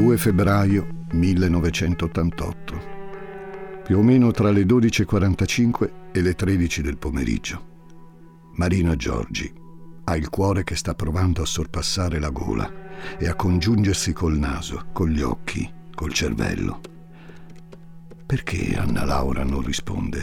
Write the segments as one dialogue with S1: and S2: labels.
S1: 2 febbraio 1988, più o meno tra le 12:45 e le 13 del pomeriggio. Marina Giorgi ha il cuore che sta provando a sorpassare la gola e a congiungersi col naso, con gli occhi, col cervello. Perché Anna Laura non risponde?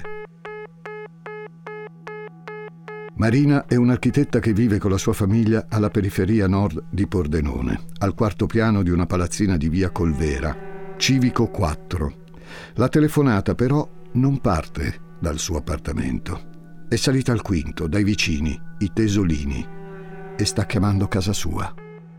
S1: Marina è un'architetta che vive con la sua famiglia alla periferia nord di Pordenone, al quarto piano di una palazzina di via Colvera, Civico 4. La telefonata però non parte dal suo appartamento. È salita al quinto dai vicini, i Tesolini, e sta chiamando casa sua.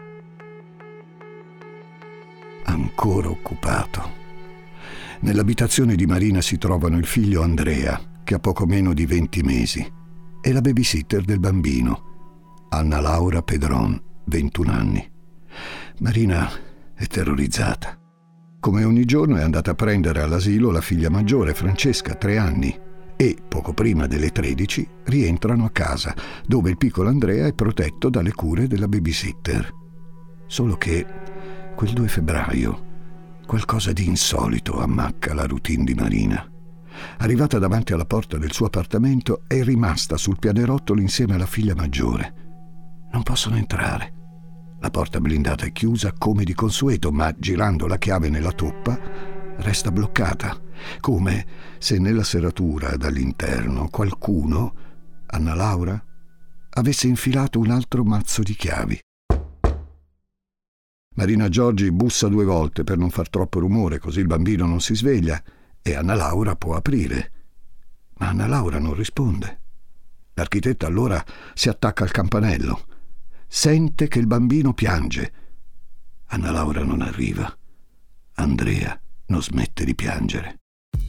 S1: Ancora occupato. Nell'abitazione di Marina si trovano il figlio Andrea, che ha poco meno di 20 mesi, e la babysitter del bambino, Anna Laura Pedron, 21 anni. Marina è terrorizzata. Come ogni giorno è andata a prendere all'asilo la figlia maggiore, Francesca, 3 anni, e, poco prima delle 13, rientrano a casa, dove il piccolo Andrea è protetto dalle cure della babysitter. Solo che quel 2 febbraio qualcosa di insolito ammacca la routine di Marina. Arrivata davanti alla porta del suo appartamento, è rimasta sul pianerottolo insieme alla figlia maggiore. Non possono entrare. La porta blindata è chiusa come di consueto, ma girando la chiave nella toppa resta bloccata, come se nella serratura dall'interno qualcuno, Anna Laura, avesse infilato un altro mazzo di chiavi. Marina Giorgi bussa 2 volte per non far troppo rumore, così il bambino non si sveglia e Anna Laura può aprire. Ma Anna Laura non risponde. L'architetta allora si attacca al campanello. Sente che il bambino piange. Anna Laura non arriva. Andrea non smette di piangere.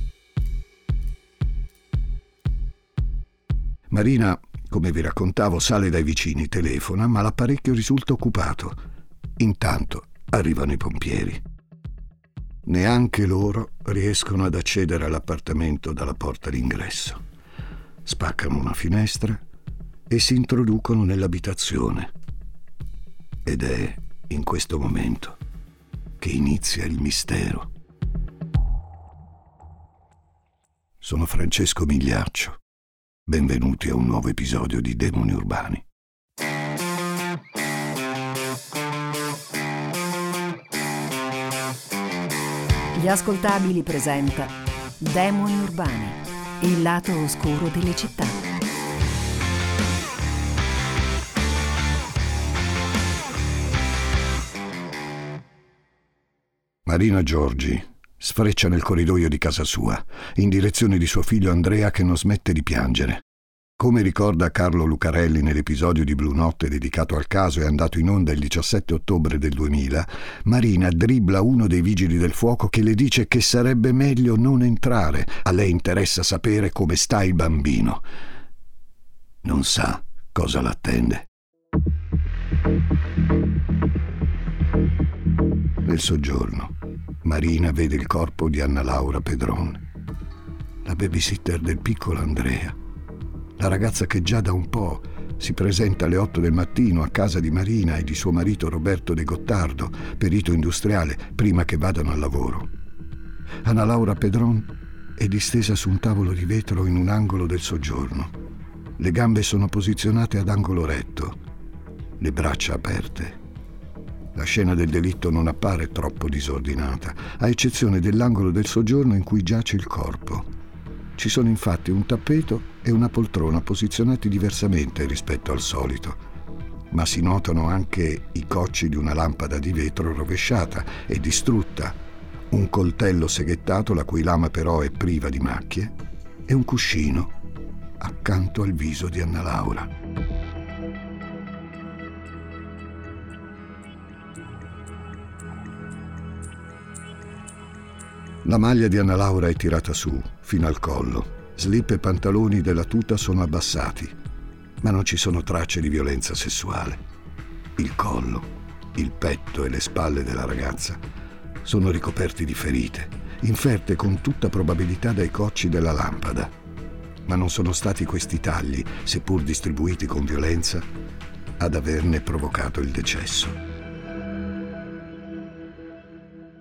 S1: Marina, come vi raccontavo, sale dai vicini, telefona, ma l'apparecchio risulta occupato. Intanto arrivano i pompieri. Neanche loro riescono ad accedere all'appartamento dalla porta d'ingresso. Spaccano una finestra e si introducono nell'abitazione. Ed è in questo momento che inizia il mistero. Sono Francesco Migliaccio. Benvenuti a un nuovo episodio di Demoni Urbani.
S2: Gli Ascoltabili presenta Demoni Urbani, il lato oscuro delle città.
S1: Marina Giorgi sfreccia nel corridoio di casa sua, in direzione di suo figlio Andrea che non smette di piangere. Come ricorda Carlo Lucarelli nell'episodio di Blu Notte dedicato al caso e andato in onda il 17 ottobre del 2000, Marina dribbla uno dei vigili del fuoco che le dice che sarebbe meglio non entrare. A lei interessa sapere come sta il bambino. Non sa cosa l'attende. Nel soggiorno, Marina vede il corpo di Anna Laura Pedron, la babysitter del piccolo Andrea. La ragazza che già da un po' si presenta alle 8 del mattino a casa di Marina e di suo marito Roberto De Gottardo, perito industriale, prima che vadano al lavoro. Anna Laura Pedron è distesa su un tavolo di vetro in un angolo del soggiorno. Le gambe sono posizionate ad angolo retto, le braccia aperte. La scena del delitto non appare troppo disordinata, a eccezione dell'angolo del soggiorno in cui giace il corpo. Ci sono infatti un tappeto e una poltrona posizionati diversamente rispetto al solito, ma si notano anche i cocci di una lampada di vetro rovesciata e distrutta, un coltello seghettato la cui lama però è priva di macchie e un cuscino accanto al viso di Anna Laura. La maglia di Anna Laura è tirata su, fino al collo. Slip e pantaloni della tuta sono abbassati, ma non ci sono tracce di violenza sessuale. Il collo, il petto e le spalle della ragazza sono ricoperti di ferite, inferte con tutta probabilità dai cocci della lampada. Ma non sono stati questi tagli, seppur distribuiti con violenza, ad averne provocato il decesso.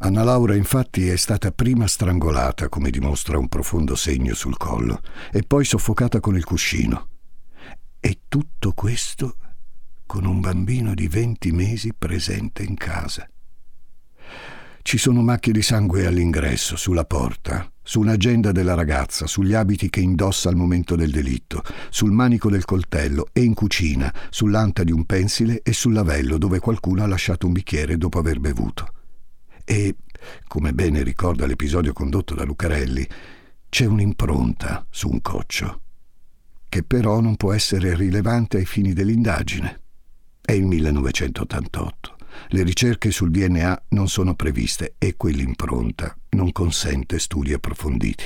S1: Anna Laura infatti è stata prima strangolata, come dimostra un profondo segno sul collo, e poi soffocata con il cuscino. E tutto questo con un bambino di 20 mesi presente in casa. Ci sono macchie di sangue all'ingresso, sulla porta, su un'agenda della ragazza, sugli abiti che indossa al momento del delitto, sul manico del coltello e in cucina, sull'anta di un pensile e sul lavello dove qualcuno ha lasciato un bicchiere dopo aver bevuto. E, come bene ricorda l'episodio condotto da Lucarelli, c'è un'impronta su un coccio, che però non può essere rilevante ai fini dell'indagine. È il 1988. Le ricerche sul DNA non sono previste e quell'impronta non consente studi approfonditi.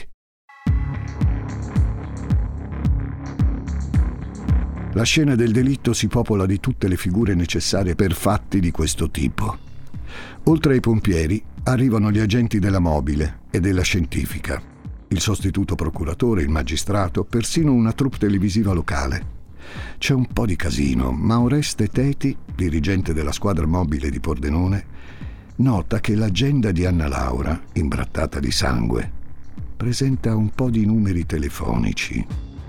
S1: La scena del delitto si popola di tutte le figure necessarie per fatti di questo tipo. Oltre ai pompieri arrivano gli agenti della mobile e della scientifica, il sostituto procuratore, il magistrato, persino una troupe televisiva locale. C'è un po' di casino, ma Oreste Teti, dirigente della squadra mobile di Pordenone, nota che l'agenda di Anna Laura, imbrattata di sangue, presenta un po' di numeri telefonici.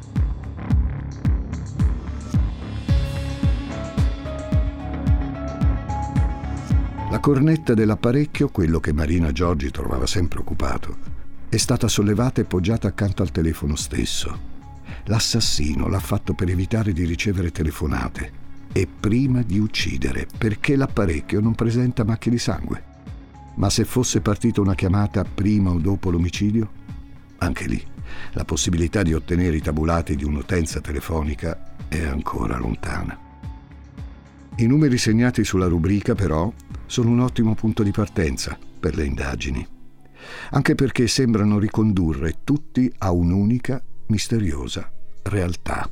S1: La cornetta dell'apparecchio, quello che Marina Giorgi trovava sempre occupato, è stata sollevata e poggiata accanto al telefono stesso. L'assassino l'ha fatto per evitare di ricevere telefonate e prima di uccidere, perché l'apparecchio non presenta macchie di sangue. Ma se fosse partita una chiamata prima o dopo l'omicidio? Anche lì, la possibilità di ottenere i tabulati di un'utenza telefonica è ancora lontana. I numeri segnati sulla rubrica, però, sono un ottimo punto di partenza per le indagini, anche perché sembrano ricondurre tutti a un'unica, misteriosa realtà.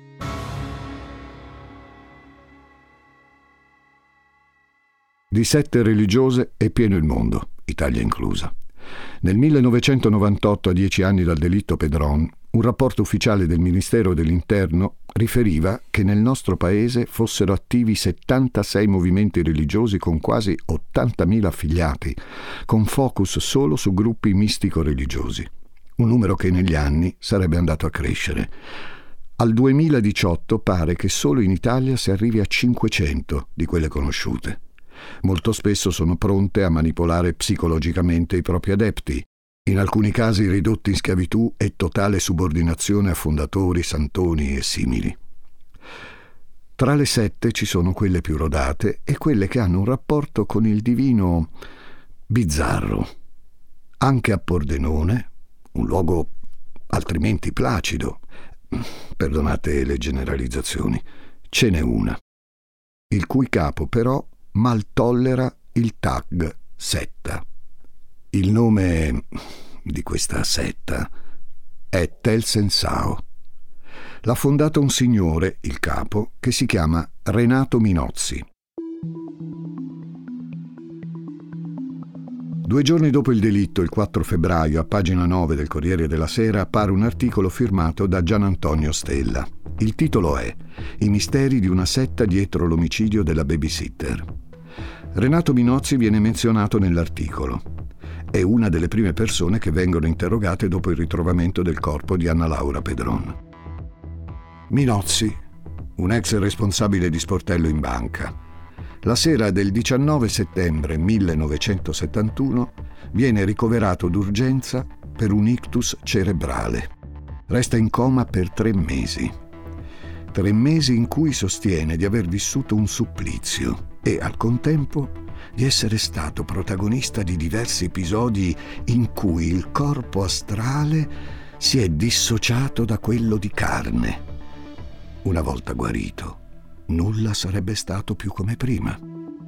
S1: Di sette religiose è pieno il mondo, Italia inclusa. Nel 1998, a 10 anni dal delitto Pedron, un rapporto ufficiale del Ministero dell'Interno riferiva che nel nostro paese fossero attivi 76 movimenti religiosi con quasi 80.000 affiliati, con focus solo su gruppi mistico-religiosi. Un numero che negli anni sarebbe andato a crescere. Al 2018 pare che solo in Italia si arrivi a 500 di quelle conosciute. Molto spesso sono pronte a manipolare psicologicamente i propri adepti, in alcuni casi ridotti in schiavitù e totale subordinazione a fondatori, santoni e simili. Tra le sette ci sono quelle più rodate e quelle che hanno un rapporto con il divino bizzarro. Anche a Pordenone, un luogo altrimenti placido, perdonate le generalizzazioni, ce n'è una, il cui capo però mal tollera il tag setta. Il nome di questa setta è Tel Sensao. L'ha fondata un signore, il capo, che si chiama Renato Minozzi. 2 giorni dopo il delitto, il 4 febbraio, a pagina 9 del Corriere della Sera, appare un articolo firmato da Gian Antonio Stella. Il titolo è «I misteri di una setta dietro l'omicidio della babysitter». Renato Minozzi viene menzionato nell'articolo. È una delle prime persone che vengono interrogate dopo il ritrovamento del corpo di Anna Laura Pedron. Minozzi, un ex responsabile di sportello in banca. La sera del 19 settembre 1971 viene ricoverato d'urgenza per un ictus cerebrale. Resta in coma per 3 mesi. 3 mesi in cui sostiene di aver vissuto un supplizio e, al contempo, di essere stato protagonista di diversi episodi in cui il corpo astrale si è dissociato da quello di carne. Una volta guarito, nulla sarebbe stato più come prima.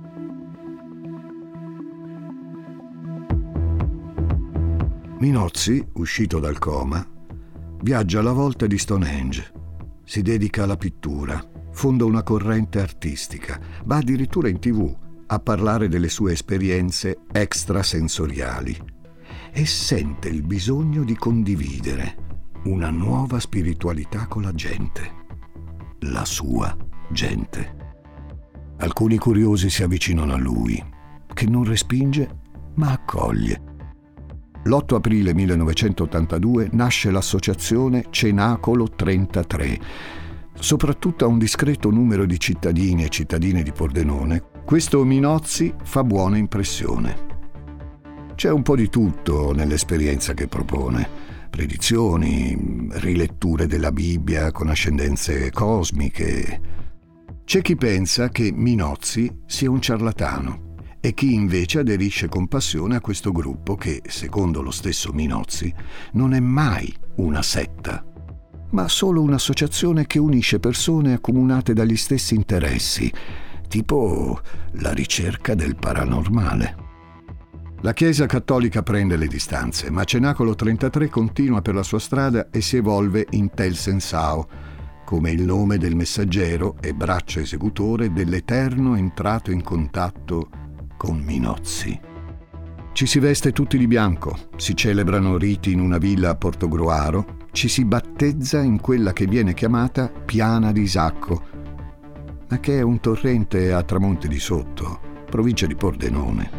S1: Minozzi, uscito dal coma, viaggia alla volta di Stonehenge, si dedica alla pittura, fonda una corrente artistica, va addirittura in TV a parlare delle sue esperienze extrasensoriali e sente il bisogno di condividere una nuova spiritualità con la gente, la sua gente. Alcuni curiosi si avvicinano a lui, che non respinge ma accoglie. L'8 aprile 1982 nasce l'associazione Cenacolo 33. Soprattutto a un discreto numero di cittadini e cittadine di Pordenone, questo Minozzi fa buona impressione. C'è un po' di tutto nell'esperienza che propone: predizioni, riletture della Bibbia con ascendenze cosmiche. C'è chi pensa che Minozzi sia un ciarlatano e chi invece aderisce con passione a questo gruppo che, secondo lo stesso Minozzi, non è mai una setta, ma solo un'associazione che unisce persone accomunate dagli stessi interessi, tipo la ricerca del paranormale. La Chiesa Cattolica prende le distanze, ma Cenacolo 33 continua per la sua strada e si evolve in Tel Sensao, come il nome del messaggero e braccio esecutore dell'Eterno entrato in contatto con Minozzi. Ci si veste tutti di bianco, si celebrano riti in una villa a Portogruaro, ci si battezza in quella che viene chiamata Piana di Isacco, ma che è un torrente a tramonti di sotto, provincia di Pordenone.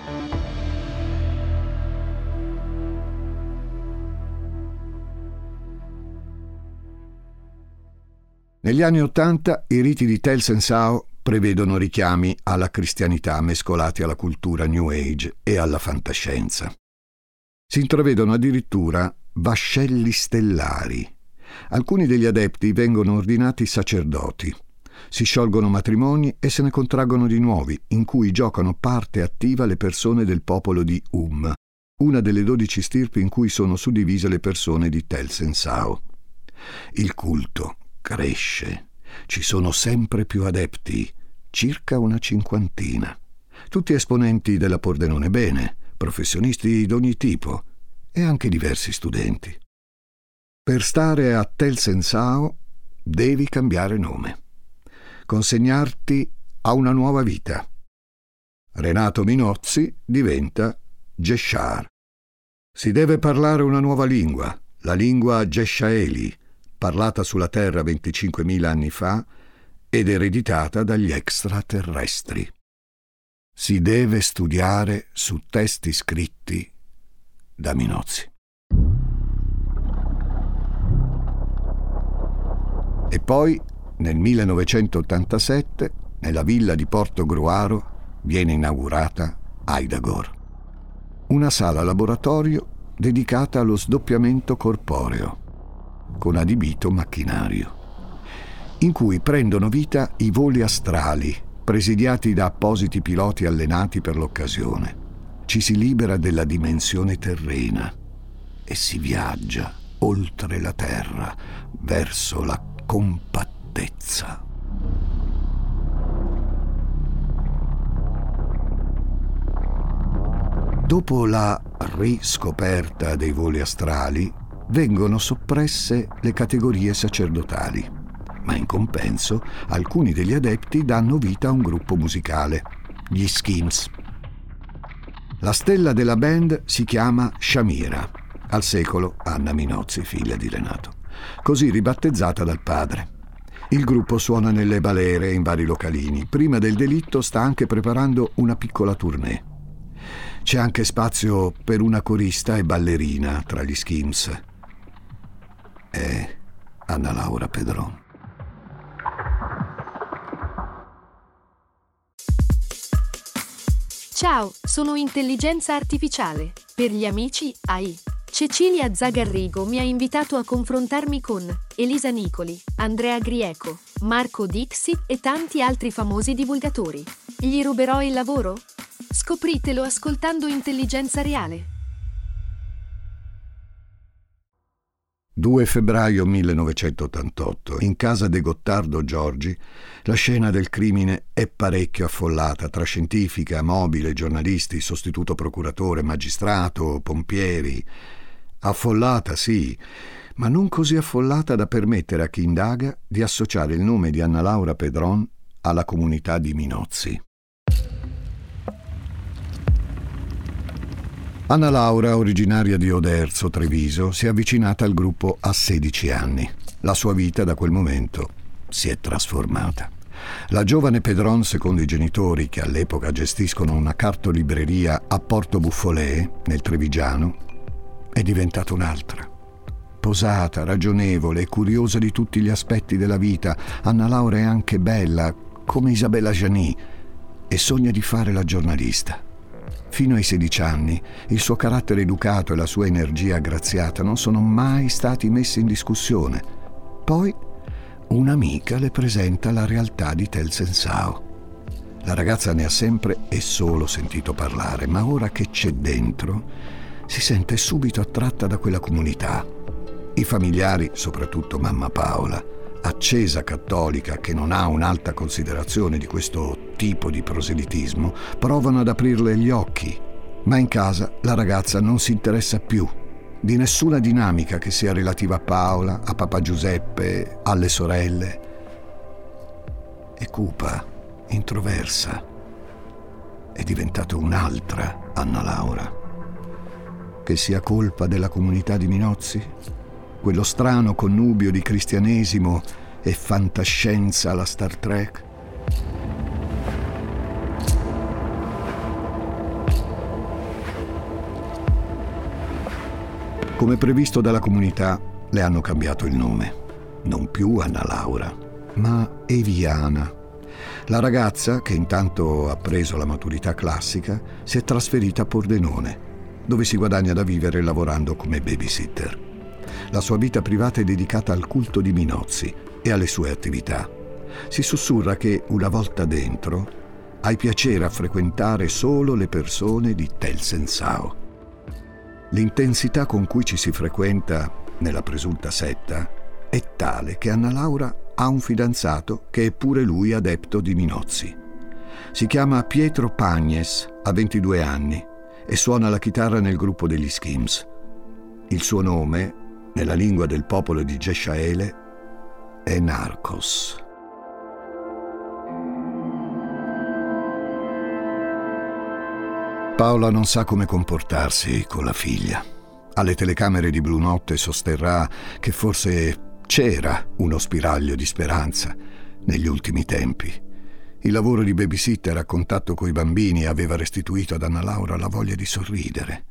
S1: Negli anni '80 i riti di Tel Sensao prevedono richiami alla cristianità mescolati alla cultura New Age e alla fantascienza. Si intravedono addirittura vascelli stellari. Alcuni degli adepti vengono ordinati sacerdoti. Si sciolgono matrimoni e se ne contraggono di nuovi, in cui giocano parte attiva le persone del popolo di una delle 12 stirpi in cui sono suddivise le persone di Tel Sensao. Il culto cresce. Ci sono sempre più adepti, circa una 50, tutti esponenti della Pordenone Bene, professionisti d'ogni tipo e anche diversi studenti. Per stare a Tel Sensao devi cambiare nome, consegnarti a una nuova vita. Renato Minozzi diventa Jeshar. Si deve parlare una nuova lingua, la lingua Jeshaeli, parlata sulla Terra 25.000 anni fa ed ereditata dagli extraterrestri. Si deve studiare su testi scritti da Minozzi. E poi, nel 1987, nella villa di Portogruaro, viene inaugurata Aidagor, una sala laboratorio dedicata allo sdoppiamento corporeo, con adibito macchinario, in cui prendono vita i voli astrali, presidiati da appositi piloti allenati per l'occasione. Ci si libera della dimensione terrena e si viaggia oltre la terra, verso la compattezza. Dopo la riscoperta dei voli astrali, vengono soppresse le categorie sacerdotali, ma in compenso alcuni degli adepti danno vita a un gruppo musicale, gli Schemes. La stella della band si chiama Shamira, al secolo Anna Minozzi, figlia di Renato, così ribattezzata dal padre. Il gruppo suona nelle balere in vari localini. Prima del delitto sta anche preparando una piccola tournée. C'è anche spazio per una corista e ballerina tra gli Schemes. È Anna Laura Pedron.
S3: Ciao, sono intelligenza artificiale. Per gli amici AI. Cecilia Zagarrigo mi ha invitato a confrontarmi con Elisa Nicoli, Andrea Grieco, Marco Dixit e tanti altri famosi divulgatori. Gli ruberò il lavoro? Scopritelo ascoltando Intelligenza Reale.
S1: 2 febbraio 1988, in casa de Gottardo Giorgi, la scena del crimine è parecchio affollata tra scientifica, mobile, giornalisti, sostituto procuratore, magistrato, pompieri. Affollata, sì, ma non così affollata da permettere a chi indaga di associare il nome di Anna Laura Pedron alla comunità di Minozzi. Anna Laura, originaria di Oderzo, Treviso, si è avvicinata al gruppo a 16 anni. La sua vita da quel momento si è trasformata. La giovane Pedron, secondo i genitori, che all'epoca gestiscono una cartolibreria a Porto Buffolè, nel Trevigiano, è diventata un'altra. Posata, ragionevole e curiosa di tutti gli aspetti della vita, Anna Laura è anche bella, come Isabella Gianni, e sogna di fare la giornalista. Fino ai 16 anni, il suo carattere educato e la sua energia aggraziata non sono mai stati messi in discussione. Poi un'amica le presenta la realtà di Tel Sensao. La ragazza ne ha sempre e solo sentito parlare, ma ora che c'è dentro, si sente subito attratta da quella comunità. I familiari, soprattutto mamma Paola, accesa cattolica che non ha un'alta considerazione di questo tipo di proselitismo, provano ad aprirle gli occhi, ma in casa la ragazza non si interessa più di nessuna dinamica che sia relativa a Paola, a papà Giuseppe, alle sorelle. È cupa, introversa. È diventata un'altra Anna Laura. Che sia colpa della comunità di Minozzi? Quello strano connubio di cristianesimo e fantascienza alla Star Trek? Come previsto dalla comunità, le hanno cambiato il nome. Non più Anna Laura, ma Eviana. La ragazza, che intanto ha preso la maturità classica, si è trasferita a Pordenone, dove si guadagna da vivere lavorando come babysitter. La sua vita privata è dedicata al culto di Minozzi e alle sue attività. Si sussurra che, una volta dentro, hai piacere a frequentare solo le persone di Tel Sensao. L'intensità con cui ci si frequenta nella presunta setta è tale che Anna Laura ha un fidanzato che è pure lui adepto di Minozzi. Si chiama Pietro Pagnes, ha 22 anni e suona la chitarra nel gruppo degli Skims. Il suo nome, nella lingua del popolo di Geshaele, è Narcos. Paola non sa come comportarsi con la figlia. Alle telecamere di Blu Notte sosterrà che forse c'era uno spiraglio di speranza negli ultimi tempi. Il lavoro di babysitter a contatto coi bambini aveva restituito ad Anna Laura la voglia di sorridere.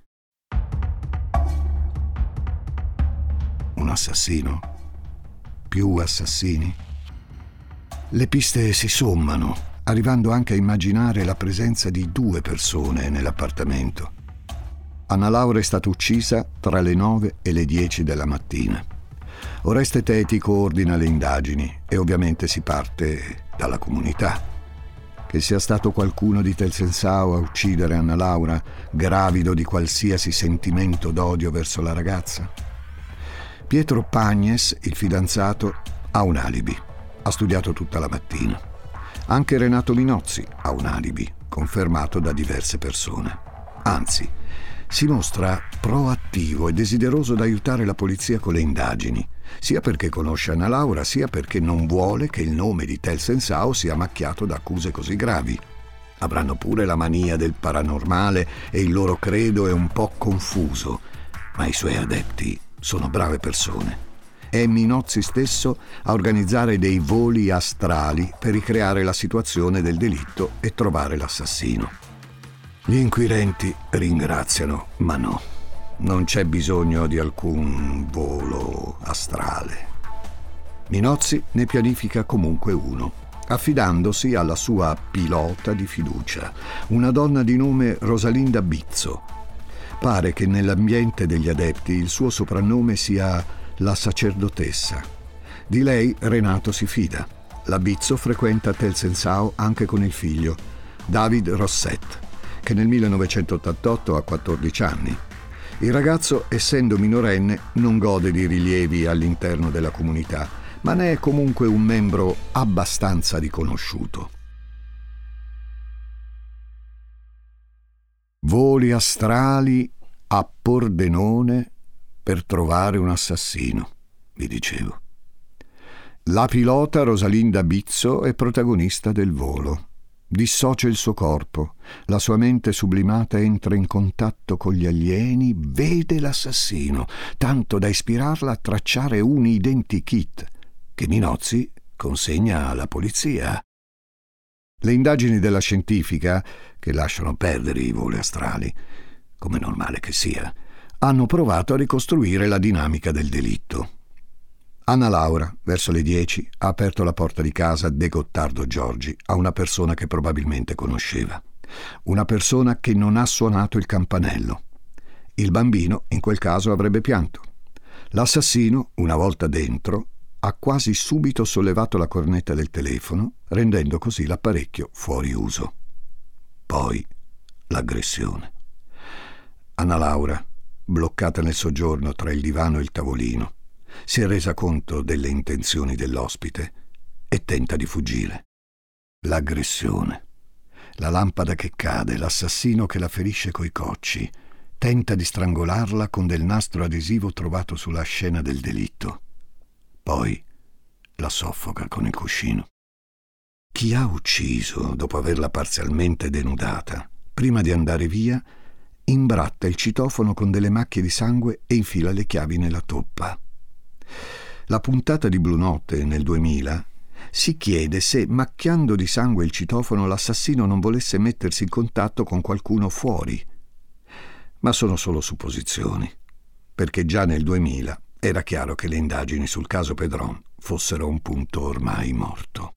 S1: Un assassino? Più assassini? Le piste si sommano, arrivando anche a immaginare la presenza di 2 persone nell'appartamento. Anna Laura è stata uccisa tra le 9 e le 10 della mattina. Oreste Teti coordina le indagini e ovviamente si parte dalla comunità. Che sia stato qualcuno di Tel Sensao a uccidere Anna Laura, gravido di qualsiasi sentimento d'odio verso la ragazza? Pietro Pagnes, il fidanzato, ha un alibi. Ha studiato tutta la mattina. Anche Renato Minozzi ha un alibi, confermato da diverse persone. Anzi, si mostra proattivo e desideroso di aiutare la polizia con le indagini, sia perché conosce Anna Laura, sia perché non vuole che il nome di Tel Sensao sia macchiato da accuse così gravi. Avranno pure la mania del paranormale e il loro credo è un po' confuso, ma i suoi adepti sono brave persone. È Minozzi stesso a organizzare dei voli astrali per ricreare la situazione del delitto e trovare l'assassino. Gli inquirenti ringraziano, ma no, non c'è bisogno di alcun volo astrale. Minozzi ne pianifica comunque uno, affidandosi alla sua pilota di fiducia, una donna di nome Rosalinda Bizzo. Pare che nell'ambiente degli adepti il suo soprannome sia la sacerdotessa. Di lei Renato si fida. La Bizzo frequenta Tel Sensao anche con il figlio, David Rosset, che nel 1988 ha 14 anni. Il ragazzo, essendo minorenne, non gode di rilievi all'interno della comunità, ma ne è comunque un membro abbastanza riconosciuto. Voli astrali a Pordenone per trovare un assassino, vi dicevo. La pilota Rosalinda Bizzo è protagonista del volo. Dissocia il suo corpo, la sua mente sublimata entra in contatto con gli alieni, vede l'assassino, tanto da ispirarla a tracciare un identikit che Minozzi consegna alla polizia. Le indagini della scientifica, che lasciano perdere i voli astrali, come normale che sia, hanno provato a ricostruire la dinamica del delitto. Anna Laura, verso le 10, ha aperto la porta di casa de Gottardo Giorgi a una persona che probabilmente conosceva. Una persona che non ha suonato il campanello. Il bambino, in quel caso, avrebbe pianto. L'assassino, una volta dentro, ha quasi subito sollevato la cornetta del telefono, rendendo così l'apparecchio fuori uso. Poi l'aggressione. Anna Laura, bloccata nel soggiorno tra il divano e il tavolino, si è resa conto delle intenzioni dell'ospite e tenta di fuggire. L'aggressione. La lampada che cade, l'assassino che la ferisce coi cocci, tenta di strangolarla con del nastro adesivo trovato sulla scena del delitto. Poi la soffoca con il cuscino. Chi ha ucciso, dopo averla parzialmente denudata, prima di andare via, imbratta il citofono con delle macchie di sangue e infila le chiavi nella toppa. La puntata di Blu Notte nel 2000 si chiede se, macchiando di sangue il citofono, l'assassino non volesse mettersi in contatto con qualcuno fuori. Ma sono solo supposizioni, perché già nel 2000 era chiaro che le indagini sul caso Pedron fossero a un punto ormai morto.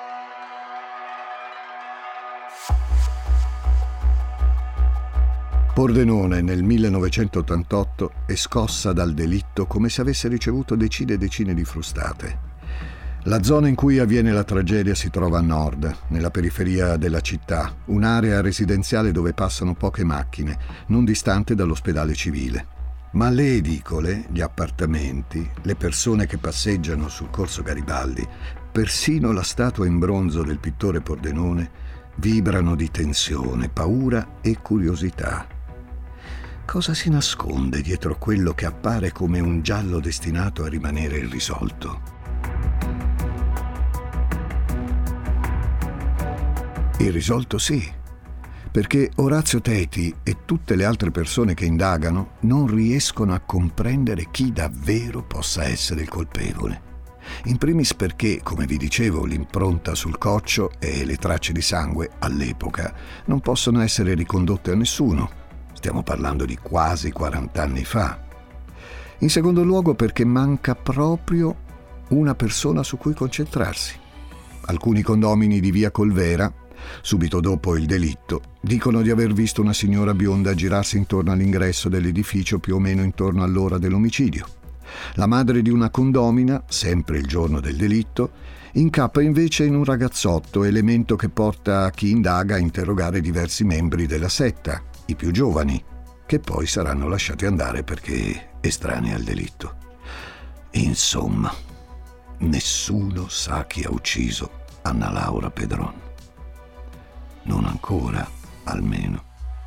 S1: Pordenone nel 1988 è scossa dal delitto come se avesse ricevuto decine e decine di frustate. La zona in cui avviene la tragedia si trova a nord, nella periferia della città, un'area residenziale dove passano poche macchine, non distante dall'ospedale civile. Ma le edicole, gli appartamenti, le persone che passeggiano sul corso Garibaldi, persino la statua in bronzo del pittore Pordenone, vibrano di tensione, paura e curiosità. Cosa si nasconde dietro quello che appare come un giallo destinato a rimanere irrisolto? Irrisolto sì, perché Orazio Teti e tutte le altre persone che indagano non riescono a comprendere chi davvero possa essere il colpevole. In primis perché, come vi dicevo, l'impronta sul coccio e le tracce di sangue all'epoca non possono essere ricondotte a nessuno. Stiamo parlando di quasi 40 anni fa. In secondo luogo perché manca proprio una persona su cui concentrarsi. Alcuni condomini di via Colvera, subito dopo il delitto, dicono di aver visto una signora bionda girarsi intorno all'ingresso dell'edificio più o meno intorno all'ora dell'omicidio. La madre di una condomina, sempre il giorno del delitto, incappa invece in un ragazzotto, elemento che porta chi indaga a interrogare diversi membri della setta, i più giovani, che poi saranno lasciati andare perché estranei al delitto. Insomma, nessuno sa chi ha ucciso Anna Laura Pedron. Non ancora, almeno.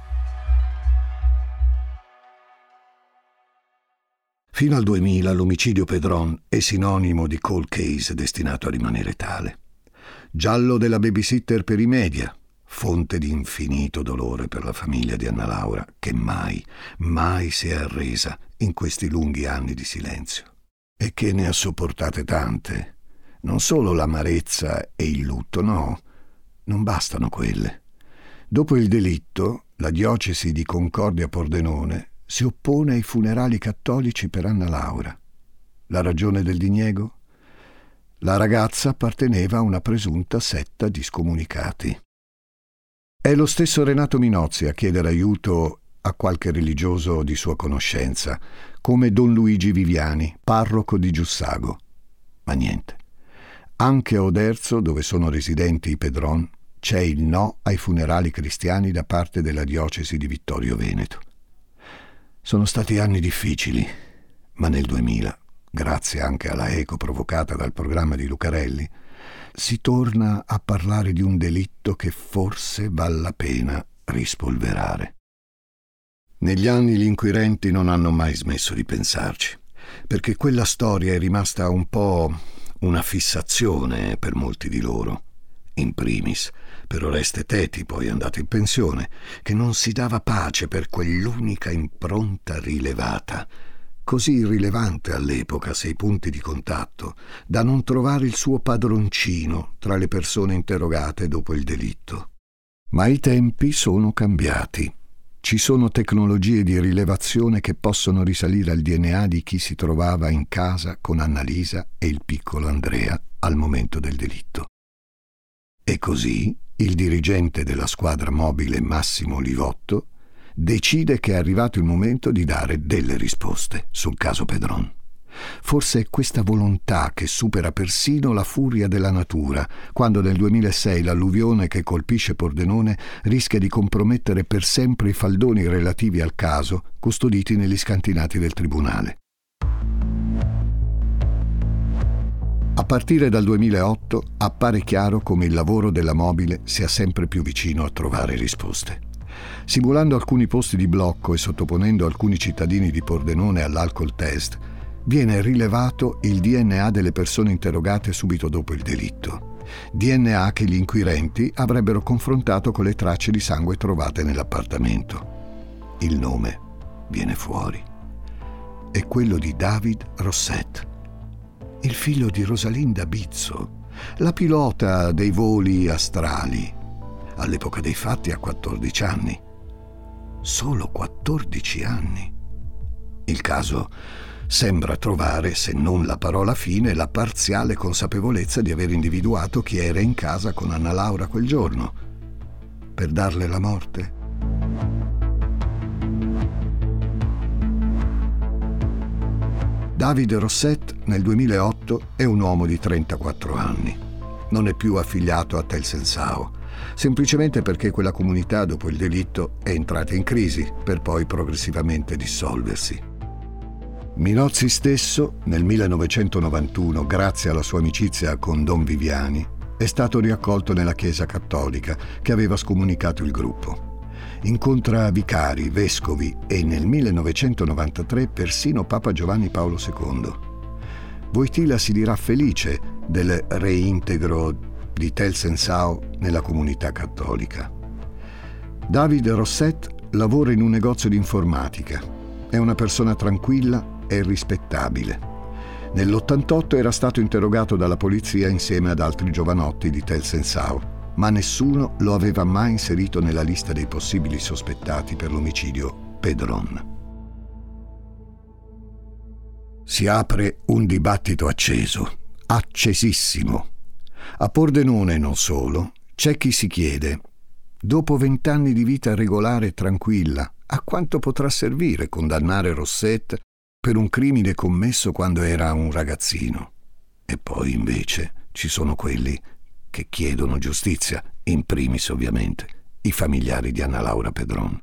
S1: Fino al 2000 l'omicidio Pedron è sinonimo di cold case destinato a rimanere tale. Giallo della babysitter per i media, fonte di infinito dolore per la famiglia di Anna Laura, che mai si è arresa in questi lunghi anni di silenzio. E che ne ha sopportate tante. Non solo l'amarezza e il lutto, no, non bastano quelle. Dopo il delitto, la diocesi di Concordia Pordenone si oppone ai funerali cattolici per Anna Laura. La ragione del diniego? La ragazza apparteneva a una presunta setta di scomunicati. È lo stesso Renato Minozzi a chiedere aiuto a qualche religioso di sua conoscenza, come Don Luigi Viviani, parroco di Giussago. Ma niente. Anche a Oderzo, dove sono residenti i Pedron, c'è il no ai funerali cristiani da parte della diocesi di Vittorio Veneto. Sono stati anni difficili, ma nel 2000, grazie anche alla eco provocata dal programma di Lucarelli, si torna a parlare di un delitto che forse val la pena rispolverare. Negli anni gli inquirenti non hanno mai smesso di pensarci, perché quella storia è rimasta un po' una fissazione per molti di loro. In primis per Oreste Teti, poi andato in pensione, che non si dava pace per quell'unica impronta rilevata, così irrilevante all'epoca, 6 punti di contatto, da non trovare il suo padroncino tra le persone interrogate dopo il delitto. Ma i tempi sono cambiati. Ci sono tecnologie di rilevazione che possono risalire al DNA di chi si trovava in casa con Annalisa e il piccolo Andrea al momento del delitto. E così il dirigente della squadra mobile Massimo Livotto decide che è arrivato il momento di dare delle risposte sul caso Pedron. Forse è questa volontà che supera persino la furia della natura, quando nel 2006 l'alluvione che colpisce Pordenone rischia di compromettere per sempre i faldoni relativi al caso, custoditi negli scantinati del tribunale. A partire dal 2008 appare chiaro come il lavoro della mobile sia sempre più vicino a trovare risposte. Simulando alcuni posti di blocco e sottoponendo alcuni cittadini di Pordenone all'alcol test, viene rilevato il DNA delle persone interrogate subito dopo il delitto. DNA che gli inquirenti avrebbero confrontato con le tracce di sangue trovate nell'appartamento. Il nome viene fuori. È quello di David Rosset, il figlio di Rosalinda Bizzo, la pilota dei voli astrali. All'epoca dei fatti ha 14 anni. Solo 14 anni. Il caso sembra trovare, se non la parola fine, la parziale consapevolezza di aver individuato chi era in casa con Anna Laura quel giorno, per darle la morte. David Rosset nel 2008 è un uomo di 34 anni. Non è più affiliato a Tel Sensao, semplicemente perché quella comunità dopo il delitto è entrata in crisi per poi progressivamente dissolversi. Minozzi stesso, nel 1991, grazie alla sua amicizia con Don Viviani, è stato riaccolto nella Chiesa Cattolica che aveva scomunicato il gruppo. Incontra vicari, vescovi e nel 1993 persino Papa Giovanni Paolo II. Wojtyła si dirà felice del reintegro di Tel Sensao nella comunità cattolica. David Rosset lavora in un negozio di informatica. È una persona tranquilla e rispettabile. Nell'88 era stato interrogato dalla polizia insieme ad altri giovanotti di Tel Sensao, ma nessuno lo aveva mai inserito nella lista dei possibili sospettati per l'omicidio Pedron. Si apre un dibattito acceso, accesissimo. A Pordenone e non solo, c'è chi si chiede: dopo 20 anni di vita regolare e tranquilla, a quanto potrà servire condannare Rosset per un crimine commesso quando era un ragazzino? E poi invece ci sono quelli che chiedono giustizia, in primis ovviamente i familiari di Anna Laura Pedron.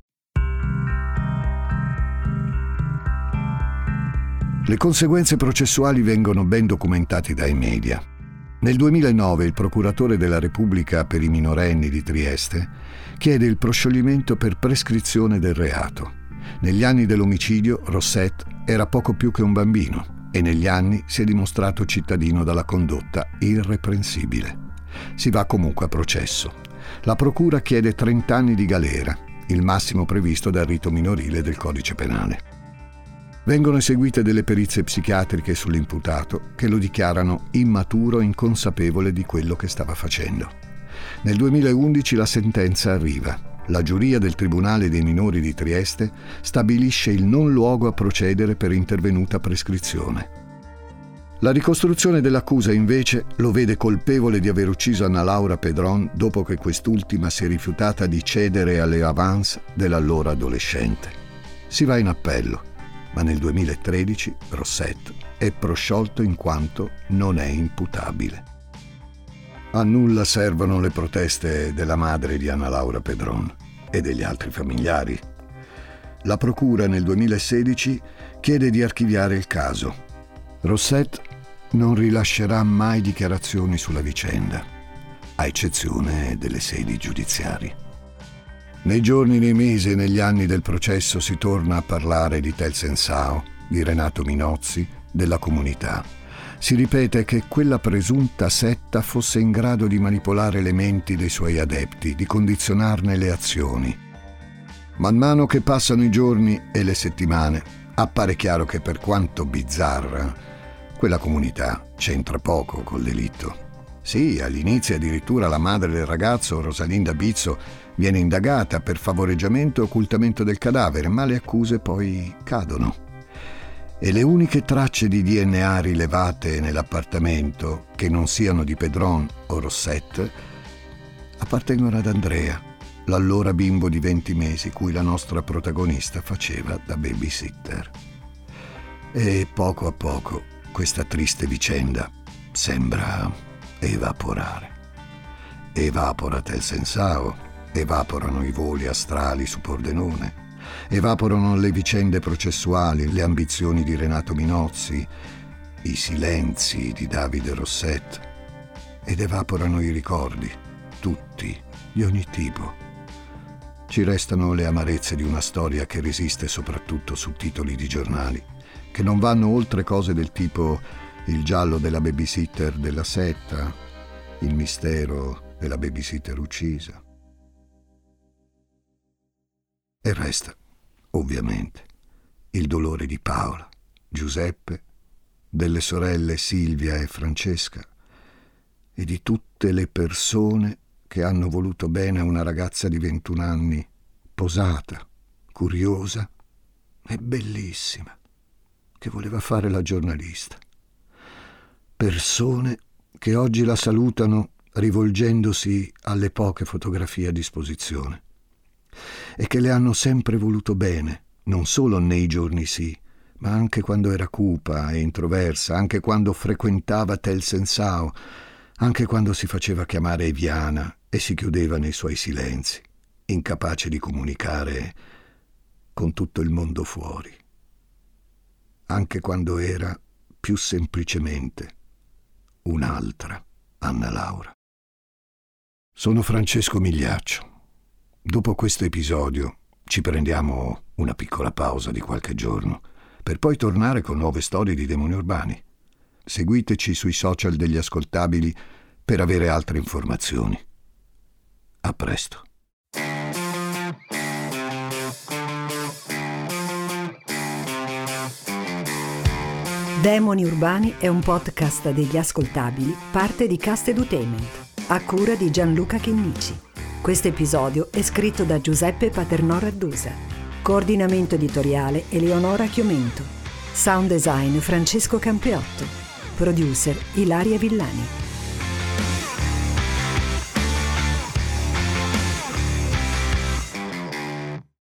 S1: Le conseguenze processuali vengono ben documentate dai media. Nel 2009 il procuratore della Repubblica per i minorenni di Trieste chiede il proscioglimento per prescrizione del reato. Negli anni dell'omicidio Rosset era poco più che un bambino e negli anni si è dimostrato cittadino dalla condotta irreprensibile. Si va comunque a processo. La procura chiede 30 anni di galera, il massimo previsto dal rito minorile del Codice Penale. Vengono eseguite delle perizie psichiatriche sull'imputato che lo dichiarano immaturo e inconsapevole di quello che stava facendo. Nel 2011 la sentenza arriva. La giuria del Tribunale dei minori di Trieste stabilisce il non luogo a procedere per intervenuta prescrizione. La ricostruzione dell'accusa invece lo vede colpevole di aver ucciso Anna Laura Pedron dopo che quest'ultima si è rifiutata di cedere alle avance dell'allora adolescente. Si va in appello, ma nel 2013 Rosset è prosciolto in quanto non è imputabile. A nulla servono le proteste della madre di Anna Laura Pedron e degli altri familiari. La procura nel 2016 chiede di archiviare il caso. Rosset non rilascerà mai dichiarazioni sulla vicenda, a eccezione delle sedi giudiziarie. Nei giorni, nei mesi e negli anni del processo si torna a parlare di Tel Sensao, di Renato Minozzi, della comunità. Si ripete che quella presunta setta fosse in grado di manipolare le menti dei suoi adepti, di condizionarne le azioni. Man mano che passano i giorni e le settimane, appare chiaro che per quanto bizzarra, quella comunità c'entra poco col delitto. Sì, all'inizio addirittura la madre del ragazzo, Rosalinda Bizzo, viene indagata per favoreggiamento e occultamento del cadavere, ma le accuse poi cadono. E le uniche tracce di DNA rilevate nell'appartamento, che non siano di Pedron o Rosset, appartengono ad Andrea, l'allora bimbo di 20 mesi cui la nostra protagonista faceva da babysitter. E poco a poco questa triste vicenda sembra evaporare. Evapora Tel Sensao, evaporano i voli astrali su Pordenone, evaporano le vicende processuali, le ambizioni di Renato Minozzi, i silenzi di Davide Rosset, ed evaporano i ricordi, tutti, di ogni tipo. Ci restano le amarezze di una storia che resiste soprattutto su titoli di giornali, che non vanno oltre cose del tipo il giallo della babysitter della setta, il mistero della babysitter uccisa. E resta, ovviamente, il dolore di Paola, Giuseppe, delle sorelle Silvia e Francesca e di tutte le persone che hanno voluto bene a una ragazza di 21 anni, posata, curiosa e bellissima, che voleva fare la giornalista. Persone che oggi la salutano rivolgendosi alle poche fotografie a disposizione e che le hanno sempre voluto bene, non solo nei giorni sì, ma anche quando era cupa e introversa, anche quando frequentava Tel Sensao, anche quando si faceva chiamare Eviana e si chiudeva nei suoi silenzi, incapace di comunicare con tutto il mondo fuori, anche quando era più semplicemente un'altra Anna Laura. Sono Francesco Migliaccio. Dopo questo episodio ci prendiamo una piccola pausa di qualche giorno per poi tornare con nuove storie di demoni urbani. Seguiteci sui social degli ascoltabili per avere altre informazioni. A presto.
S2: Demoni Urbani è un podcast degli ascoltabili, parte di Cast Edutainment, a cura di Gianluca Chinnici. Questo episodio è scritto da Giuseppe Paternò Raddusa. Coordinamento editoriale Eleonora Chiomento. Sound design Francesco Campeotto. Producer Ilaria Villani.